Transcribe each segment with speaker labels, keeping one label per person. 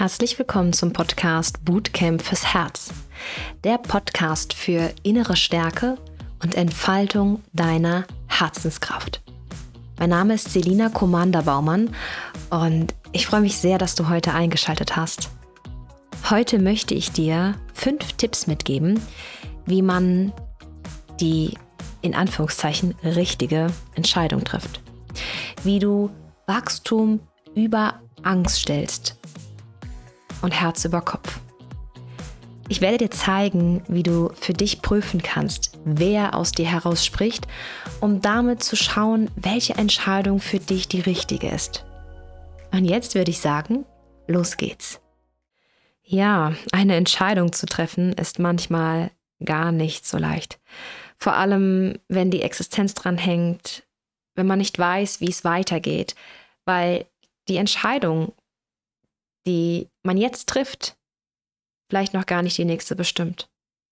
Speaker 1: Herzlich willkommen zum Podcast Bootcamp fürs Herz. Der Podcast für innere Stärke und Entfaltung deiner Herzenskraft. Mein Name ist Selina Komanda-Baumann und ich freue mich sehr, dass du heute eingeschaltet hast. Heute möchte ich dir 5 Tipps mitgeben, wie man die, in Anführungszeichen, richtige Entscheidung trifft. Wie du Wachstum über Angst stellst und Herz über Kopf. Ich werde dir zeigen, wie du für dich prüfen kannst, wer aus dir heraus spricht, um damit zu schauen, welche Entscheidung für dich die richtige ist. Und jetzt würde ich sagen, los geht's. Ja, eine Entscheidung zu treffen ist manchmal gar nicht so leicht. Vor allem, wenn die Existenz dran hängt, wenn man nicht weiß, wie es weitergeht, weil die Entscheidung, die man jetzt trifft, vielleicht noch gar nicht die nächste bestimmt.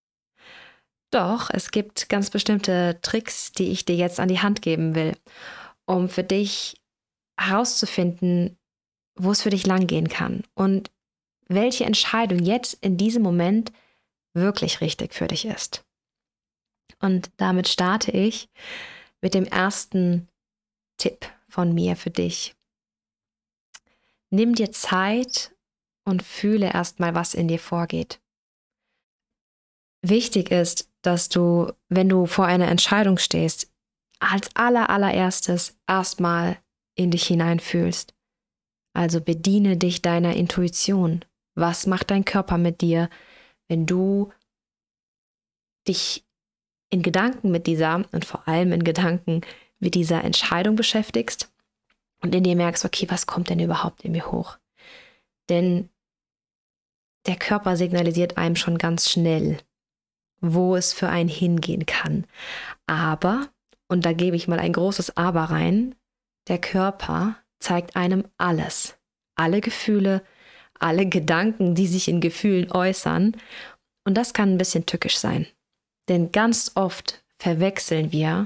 Speaker 1: Doch, es gibt ganz bestimmte Tricks, die ich dir jetzt an die Hand geben will, um für dich herauszufinden, wo es für dich langgehen kann und welche Entscheidung jetzt in diesem Moment wirklich richtig für dich ist. Und damit starte ich mit dem ersten Tipp von mir für dich. Nimm dir Zeit und fühle erstmal, was in dir vorgeht. Wichtig ist, dass du, wenn du vor einer Entscheidung stehst, als allererstes erstmal in dich hineinfühlst. Also bediene dich deiner Intuition. Was macht dein Körper mit dir, wenn du dich in Gedanken mit dieser und vor allem in Gedanken mit dieser Entscheidung beschäftigst? Und in dir merkst, okay, was kommt denn überhaupt in mir hoch? Denn der Körper signalisiert einem schon ganz schnell, wo es für einen hingehen kann. Aber, und da gebe ich mal ein großes Aber rein, der Körper zeigt einem alles. Alle Gefühle, alle Gedanken, die sich in Gefühlen äußern. Und das kann ein bisschen tückisch sein. Denn ganz oft verwechseln wir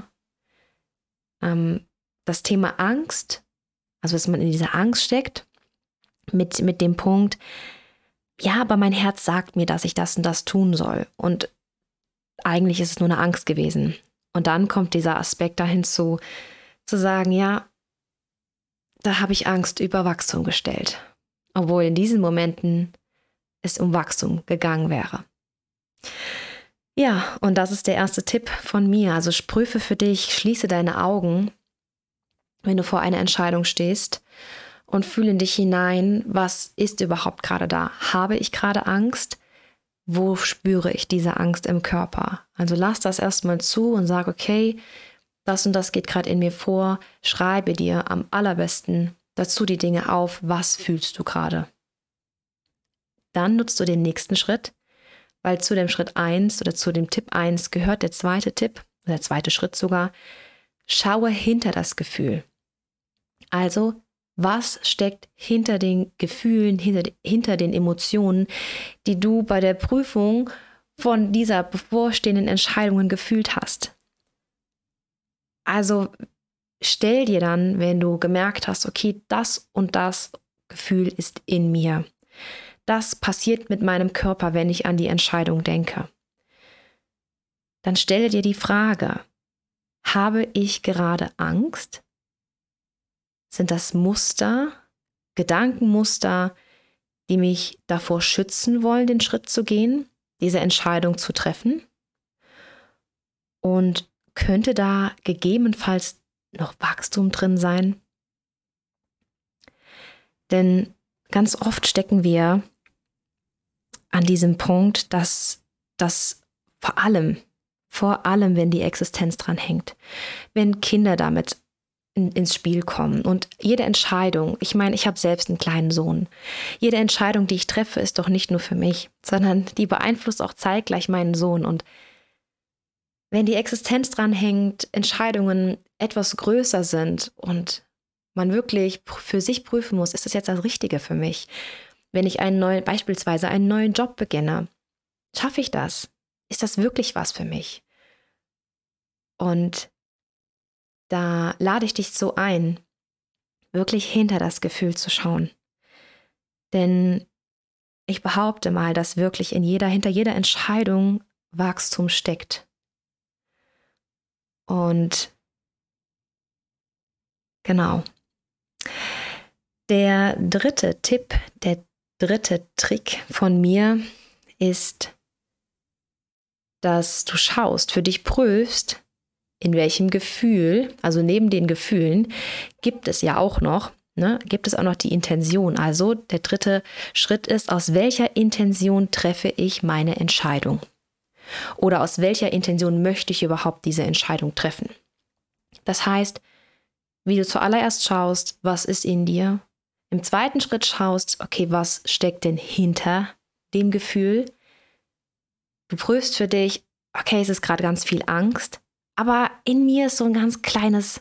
Speaker 1: das Thema Angst, also dass man in dieser Angst steckt, mit dem Punkt, ja, aber mein Herz sagt mir, dass ich das und das tun soll. Und eigentlich ist es nur eine Angst gewesen. Und dann kommt dieser Aspekt dahin zu sagen, ja, da habe ich Angst über Wachstum gestellt. Obwohl in diesen Momenten es um Wachstum gegangen wäre. Ja, und das ist der erste Tipp von mir. Also prüfe für dich, schließe deine Augen, wenn du vor einer Entscheidung stehst und fühle in dich hinein, was ist überhaupt gerade da? Habe ich gerade Angst? Wo spüre ich diese Angst im Körper? Also lass das erstmal zu und sag, okay, das und das geht gerade in mir vor. Schreibe dir am allerbesten dazu die Dinge auf, was fühlst du gerade? Dann nutzt du den nächsten Schritt, weil zu dem Schritt 1 oder zu dem Tipp 1 gehört der zweite Tipp, der zweite Schritt sogar. Schaue hinter das Gefühl. Also, was steckt hinter den Gefühlen, hinter den Emotionen, die du bei der Prüfung von dieser bevorstehenden Entscheidung gefühlt hast? Also, stell dir dann, wenn du gemerkt hast, okay, das und das Gefühl ist in mir. Das passiert mit meinem Körper, wenn ich an die Entscheidung denke. Dann stelle dir die Frage, habe ich gerade Angst? Sind das Muster, Gedankenmuster, die mich davor schützen wollen, den Schritt zu gehen, diese Entscheidung zu treffen? Und könnte da gegebenenfalls noch Wachstum drin sein? Denn ganz oft stecken wir an diesem Punkt, dass das vor allem, wenn die Existenz dran hängt, wenn Kinder damit ins Spiel kommen und jede Entscheidung, ich meine, ich habe selbst einen kleinen Sohn, jede Entscheidung, die ich treffe, ist doch nicht nur für mich, sondern die beeinflusst auch zeitgleich meinen Sohn. Und wenn die Existenz dran hängt, Entscheidungen etwas größer sind und man wirklich für sich prüfen muss, ist das jetzt das Richtige für mich? Wenn ich beispielsweise einen neuen Job beginne, schaffe ich das? Ist das wirklich was für mich? Und da lade ich dich so ein, wirklich hinter das Gefühl zu schauen. Denn ich behaupte mal, dass wirklich hinter jeder Entscheidung Wachstum steckt. Und genau. Der dritte Tipp, der dritte Trick von mir ist, dass du schaust, für dich prüfst, in welchem Gefühl, also neben den Gefühlen, gibt es ja auch noch, gibt es auch noch die Intention. Also der dritte Schritt ist, aus welcher Intention treffe ich meine Entscheidung? Oder aus welcher Intention möchte ich überhaupt diese Entscheidung treffen? Das heißt, wie du zuallererst schaust, was ist in dir? Im zweiten Schritt schaust, okay, was steckt denn hinter dem Gefühl? Du prüfst für dich, okay, es ist gerade ganz viel Angst, aber in mir ist so ein kleines,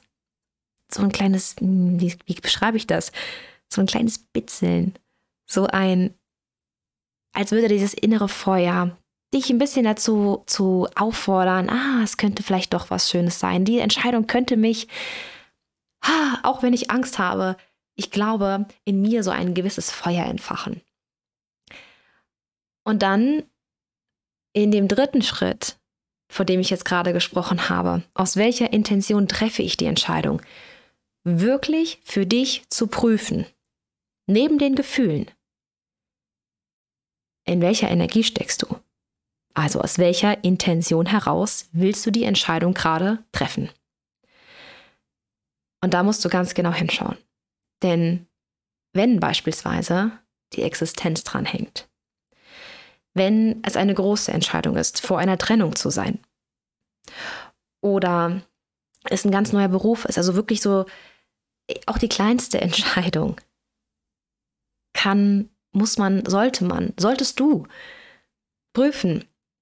Speaker 1: wie beschreibe ich das? So ein kleines Bitzeln. Als würde dieses innere Feuer dich ein bisschen dazu auffordern, es könnte vielleicht doch was Schönes sein. Die Entscheidung könnte mich, auch wenn ich Angst habe, ich glaube, in mir so ein gewisses Feuer entfachen. Und dann in dem dritten Schritt, von dem ich jetzt gerade gesprochen habe, aus welcher Intention treffe ich die Entscheidung, wirklich für dich zu prüfen, neben den Gefühlen, in welcher Energie steckst du? Also aus welcher Intention heraus willst du die Entscheidung gerade treffen? Und da musst du ganz genau hinschauen. Denn wenn beispielsweise die Existenz dran hängt, wenn es eine große Entscheidung ist, vor einer Trennung zu sein, oder es ein ganz neuer Beruf ist, also wirklich so auch die kleinste Entscheidung, solltest du prüfen,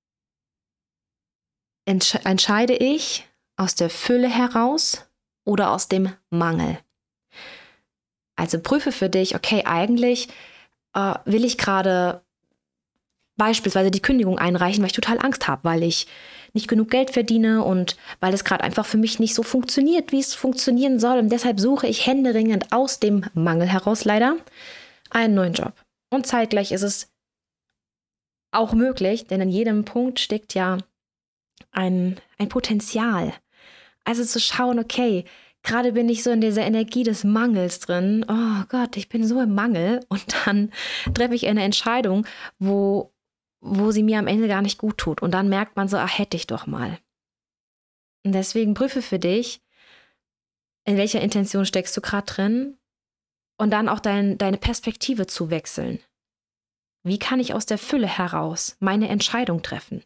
Speaker 1: entscheide ich aus der Fülle heraus oder aus dem Mangel? Also prüfe für dich, okay, eigentlich will ich gerade beispielsweise die Kündigung einreichen, weil ich total Angst habe, weil ich nicht genug Geld verdiene und weil es gerade einfach für mich nicht so funktioniert, wie es funktionieren soll. Und deshalb suche ich händeringend aus dem Mangel heraus leider einen neuen Job. Und zeitgleich ist es auch möglich, denn in jedem Punkt steckt ja ein Potenzial. Also zu schauen, okay, gerade bin ich so in dieser Energie des Mangels drin. Oh Gott, ich bin so im Mangel. Und dann treffe ich eine Entscheidung, wo sie mir am Ende gar nicht gut tut. Und dann merkt man so, hätte ich doch mal. Und deswegen prüfe für dich, in welcher Intention steckst du gerade drin und dann auch deine Perspektive zu wechseln. Wie kann ich aus der Fülle heraus meine Entscheidung treffen?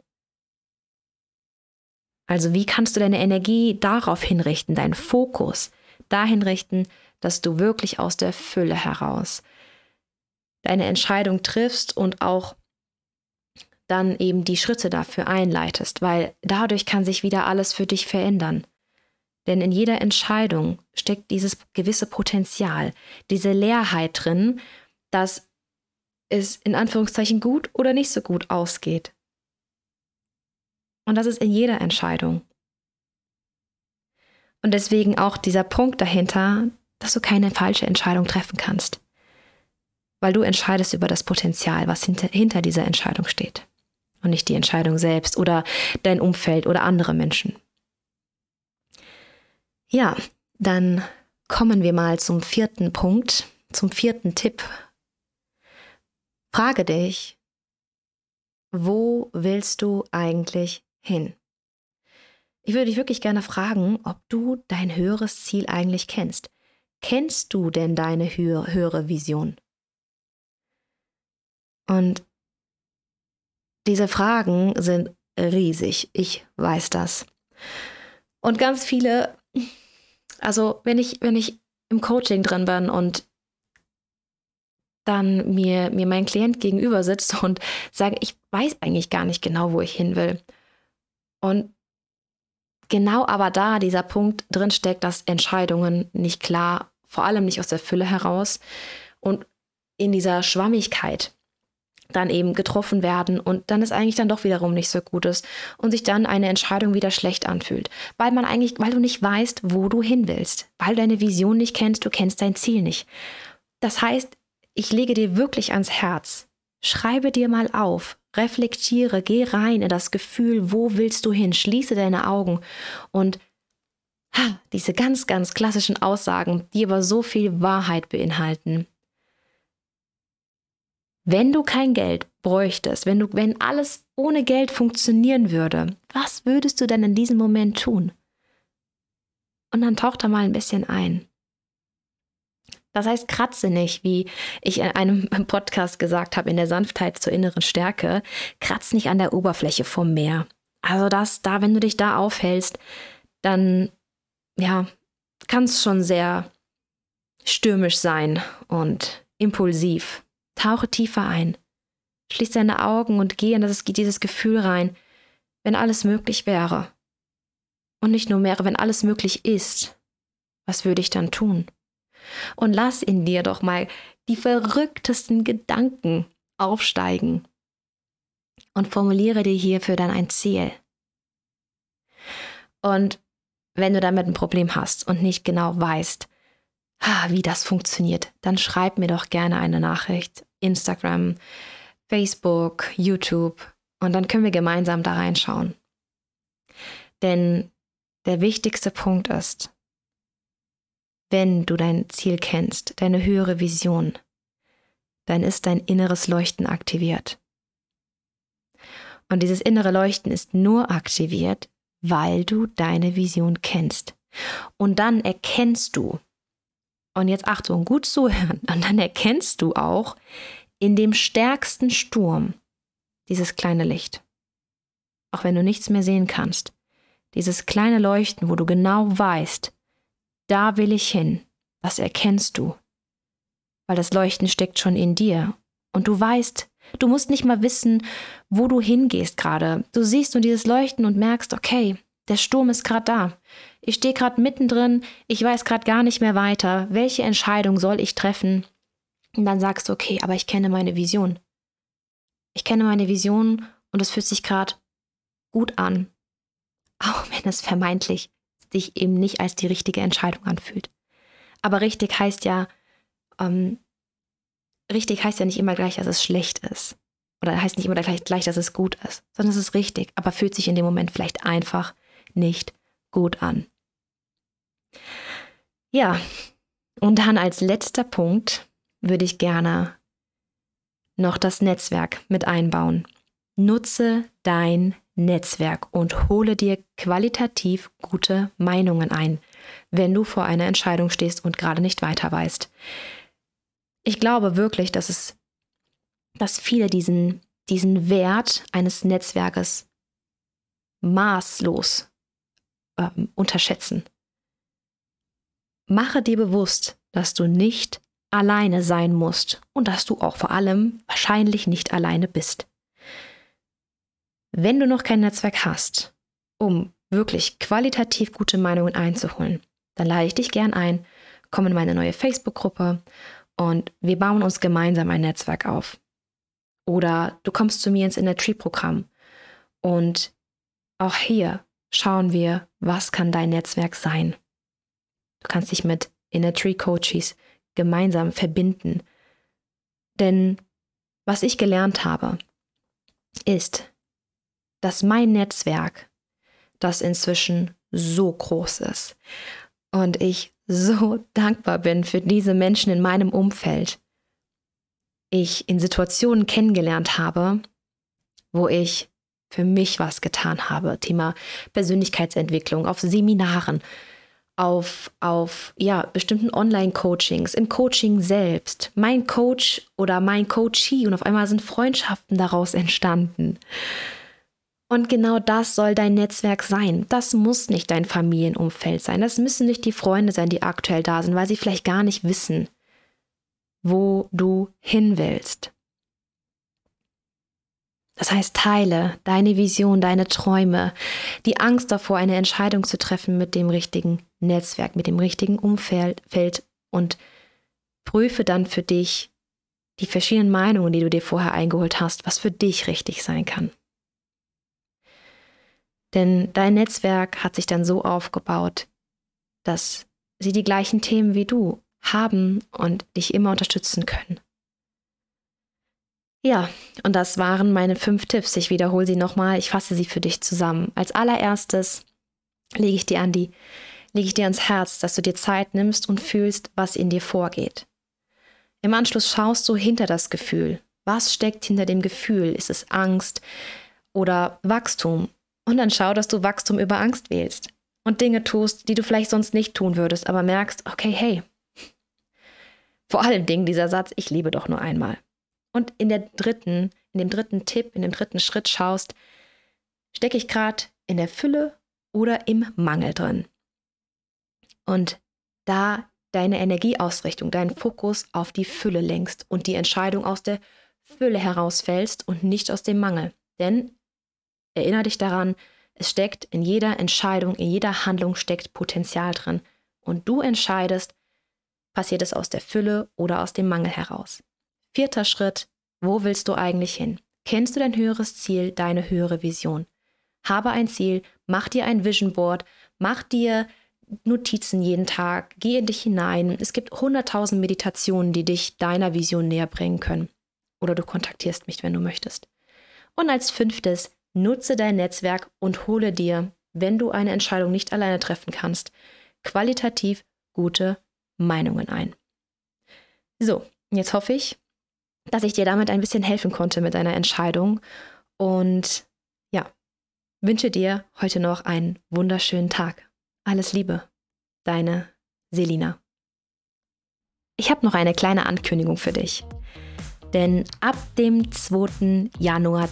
Speaker 1: Also wie kannst du deine Energie darauf hinrichten, deinen Fokus dahin richten, dass du wirklich aus der Fülle heraus deine Entscheidung triffst und auch dann eben die Schritte dafür einleitest, weil dadurch kann sich wieder alles für dich verändern. Denn in jeder Entscheidung steckt dieses gewisse Potenzial, diese Leerheit drin, dass es in Anführungszeichen gut oder nicht so gut ausgeht. Und das ist in jeder Entscheidung. Und deswegen auch dieser Punkt dahinter, dass du keine falsche Entscheidung treffen kannst. Weil du entscheidest über das Potenzial, was hinter dieser Entscheidung steht. Und nicht die Entscheidung selbst oder dein Umfeld oder andere Menschen. Ja, dann kommen wir mal zum vierten Punkt, zum vierten Tipp. Frage dich, wo willst du eigentlich hin? Ich würde dich wirklich gerne fragen, ob du dein höheres Ziel eigentlich kennst. Kennst du denn deine höhere Vision? Und diese Fragen sind riesig, ich weiß das. Und ganz viele, also wenn ich im Coaching drin bin und dann mir mein Klient gegenüber sitzt und sage, ich weiß eigentlich gar nicht genau, wo ich hin will. Und genau aber da dieser Punkt drin steckt, dass Entscheidungen nicht klar, vor allem nicht aus der Fülle heraus und in dieser Schwammigkeit dann eben getroffen werden und dann es eigentlich dann doch wiederum nicht so gut ist und sich dann eine Entscheidung wieder schlecht anfühlt, weil du nicht weißt, wo du hin willst, weil du deine Vision nicht kennst, du kennst dein Ziel nicht. Das heißt, ich lege dir wirklich ans Herz, schreibe dir mal auf, reflektiere, geh rein in das Gefühl, wo willst du hin, schließe deine Augen und diese ganz, ganz klassischen Aussagen, die aber so viel Wahrheit beinhalten. Wenn du kein Geld bräuchtest, wenn alles ohne Geld funktionieren würde, was würdest du denn in diesem Moment tun? Und dann tauch da mal ein bisschen ein. Das heißt, kratze nicht, wie ich in einem Podcast gesagt habe, in der Sanftheit zur inneren Stärke, kratz nicht an der Oberfläche vom Meer. Also wenn du dich da aufhältst, dann kann es schon sehr stürmisch sein und impulsiv. Tauche tiefer ein. Schließ deine Augen und geh in dieses Gefühl rein, wenn alles möglich wäre. Und nicht nur wäre, wenn alles möglich ist. Was würde ich dann tun? Und lass in dir doch mal die verrücktesten Gedanken aufsteigen. Und formuliere dir hierfür dann ein Ziel. Und wenn du damit ein Problem hast und nicht genau weißt, wie das funktioniert, dann schreib mir doch gerne eine Nachricht. Instagram, Facebook, YouTube. Und dann können wir gemeinsam da reinschauen. Denn der wichtigste Punkt ist, wenn du dein Ziel kennst, deine höhere Vision, dann ist dein inneres Leuchten aktiviert. Und dieses innere Leuchten ist nur aktiviert, weil du deine Vision kennst. Und dann erkennst du, und jetzt Achtung, gut zuhören, und dann erkennst du auch in dem stärksten Sturm dieses kleine Licht. Auch wenn du nichts mehr sehen kannst, dieses kleine Leuchten, wo du genau weißt, da will ich hin, das erkennst du. Weil das Leuchten steckt schon in dir. Und du weißt, du musst nicht mal wissen, wo du hingehst gerade. Du siehst nur dieses Leuchten und merkst, okay, der Sturm ist gerade da. Ich stehe gerade mittendrin, ich weiß gerade gar nicht mehr weiter. Welche Entscheidung soll ich treffen? Und dann sagst du, okay, aber ich kenne meine Vision. Ich kenne meine Vision und es fühlt sich gerade gut an. Auch wenn es vermeintlich sich eben nicht als die richtige Entscheidung anfühlt. Aber richtig heißt ja nicht immer gleich, dass es schlecht ist. Oder heißt nicht immer gleich, dass es gut ist. Sondern es ist richtig, aber fühlt sich in dem Moment vielleicht einfach nicht gut an. Ja, und dann als letzter Punkt würde ich gerne noch das Netzwerk mit einbauen. Nutze dein Netzwerk und hole dir qualitativ gute Meinungen ein, wenn du vor einer Entscheidung stehst und gerade nicht weiter weißt. Ich glaube wirklich, dass viele diesen Wert eines Netzwerkes maßlos unterschätzen. Mache dir bewusst, dass du nicht alleine sein musst und dass du auch vor allem wahrscheinlich nicht alleine bist. Wenn du noch kein Netzwerk hast, um wirklich qualitativ gute Meinungen einzuholen, dann lade ich dich gern ein, komm in meine neue Facebook-Gruppe und wir bauen uns gemeinsam ein Netzwerk auf. Oder du kommst zu mir ins Inner Tree-Programm und auch hier schauen wir, was kann dein Netzwerk sein. Du kannst dich mit Inner Tree Coaches gemeinsam verbinden. Denn was ich gelernt habe, ist, dass mein Netzwerk, das inzwischen so groß ist und ich so dankbar bin für diese Menschen in meinem Umfeld, ich in Situationen kennengelernt habe, wo ich für mich was getan habe. Thema Persönlichkeitsentwicklung, auf Seminaren, auf bestimmten Online-Coachings, im Coaching selbst, mein Coach oder mein Coachee und auf einmal sind Freundschaften daraus entstanden. Und genau das soll dein Netzwerk sein. Das muss nicht dein Familienumfeld sein. Das müssen nicht die Freunde sein, die aktuell da sind, weil sie vielleicht gar nicht wissen, wo du hin willst. Das heißt, teile deine Vision, deine Träume, die Angst davor, eine Entscheidung zu treffen mit dem richtigen Netzwerk, mit dem richtigen Umfeld und prüfe dann für dich die verschiedenen Meinungen, die du dir vorher eingeholt hast, was für dich richtig sein kann. Denn dein Netzwerk hat sich dann so aufgebaut, dass sie die gleichen Themen wie du haben und dich immer unterstützen können. Ja, und das waren meine 5 Tipps. Ich wiederhole sie nochmal, ich fasse sie für dich zusammen. Als allererstes lege ich dir ans Herz, dass du dir Zeit nimmst und fühlst, was in dir vorgeht. Im Anschluss schaust du hinter das Gefühl. Was steckt hinter dem Gefühl? Ist es Angst oder Wachstum? Und dann schau, dass du Wachstum über Angst wählst und Dinge tust, die du vielleicht sonst nicht tun würdest, aber merkst, okay, hey, vor allen Dingen dieser Satz, ich liebe doch nur einmal. Und in dem dritten Tipp, in dem dritten Schritt schaust, stecke ich gerade in der Fülle oder im Mangel drin. Und da deine Energieausrichtung, deinen Fokus auf die Fülle lenkst und die Entscheidung aus der Fülle herausfällst und nicht aus dem Mangel. Denn erinnere dich daran, es steckt in jeder Entscheidung, in jeder Handlung steckt Potenzial drin. Und du entscheidest, passiert es aus der Fülle oder aus dem Mangel heraus. 4. Schritt, wo willst du eigentlich hin? Kennst du dein höheres Ziel, deine höhere Vision? Habe ein Ziel, mach dir ein Vision Board, mach dir Notizen jeden Tag, geh in dich hinein. Es gibt 100.000 Meditationen, die dich deiner Vision näher bringen können. Oder du kontaktierst mich, wenn du möchtest. Und als 5. nutze dein Netzwerk und hole dir, wenn du eine Entscheidung nicht alleine treffen kannst, qualitativ gute Meinungen ein. So, jetzt hoffe ich, dass ich dir damit ein bisschen helfen konnte mit deiner Entscheidung und ja, wünsche dir heute noch einen wunderschönen Tag. Alles Liebe, deine Selina. Ich habe noch eine kleine Ankündigung für dich. Denn ab dem 2. Januar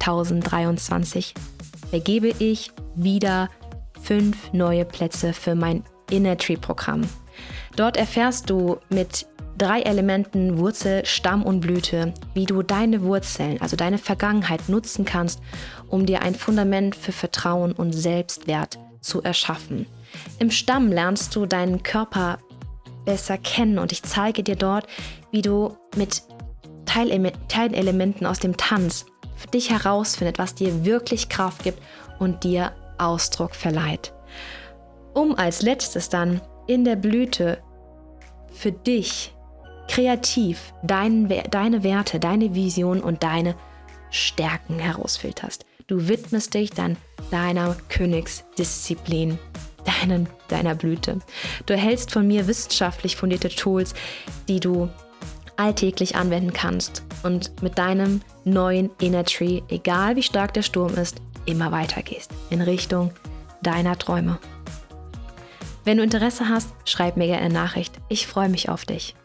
Speaker 1: 2023 vergebe ich wieder 5 neue Plätze für mein Inner Tree Programm. Dort erfährst du mit 3 Elementen Wurzel, Stamm und Blüte, wie du deine Wurzeln, also deine Vergangenheit nutzen kannst, um dir ein Fundament für Vertrauen und Selbstwert zu erschaffen. Im Stamm lernst du deinen Körper besser kennen und ich zeige dir dort, wie du mit Teilelementen aus dem Tanz für dich herausfindest, was dir wirklich Kraft gibt und dir Ausdruck verleiht. Um als letztes dann in der Blüte für dich kreativ deine Werte, deine Vision und deine Stärken herausfilterst. Du widmest dich dann deiner Königsdisziplin, deiner Blüte. Du erhältst von mir wissenschaftlich fundierte Tools, die du alltäglich anwenden kannst und mit deinem neuen Inner Tree, egal wie stark der Sturm ist, immer weitergehst in Richtung deiner Träume. Wenn du Interesse hast, schreib mir gerne eine Nachricht. Ich freue mich auf dich.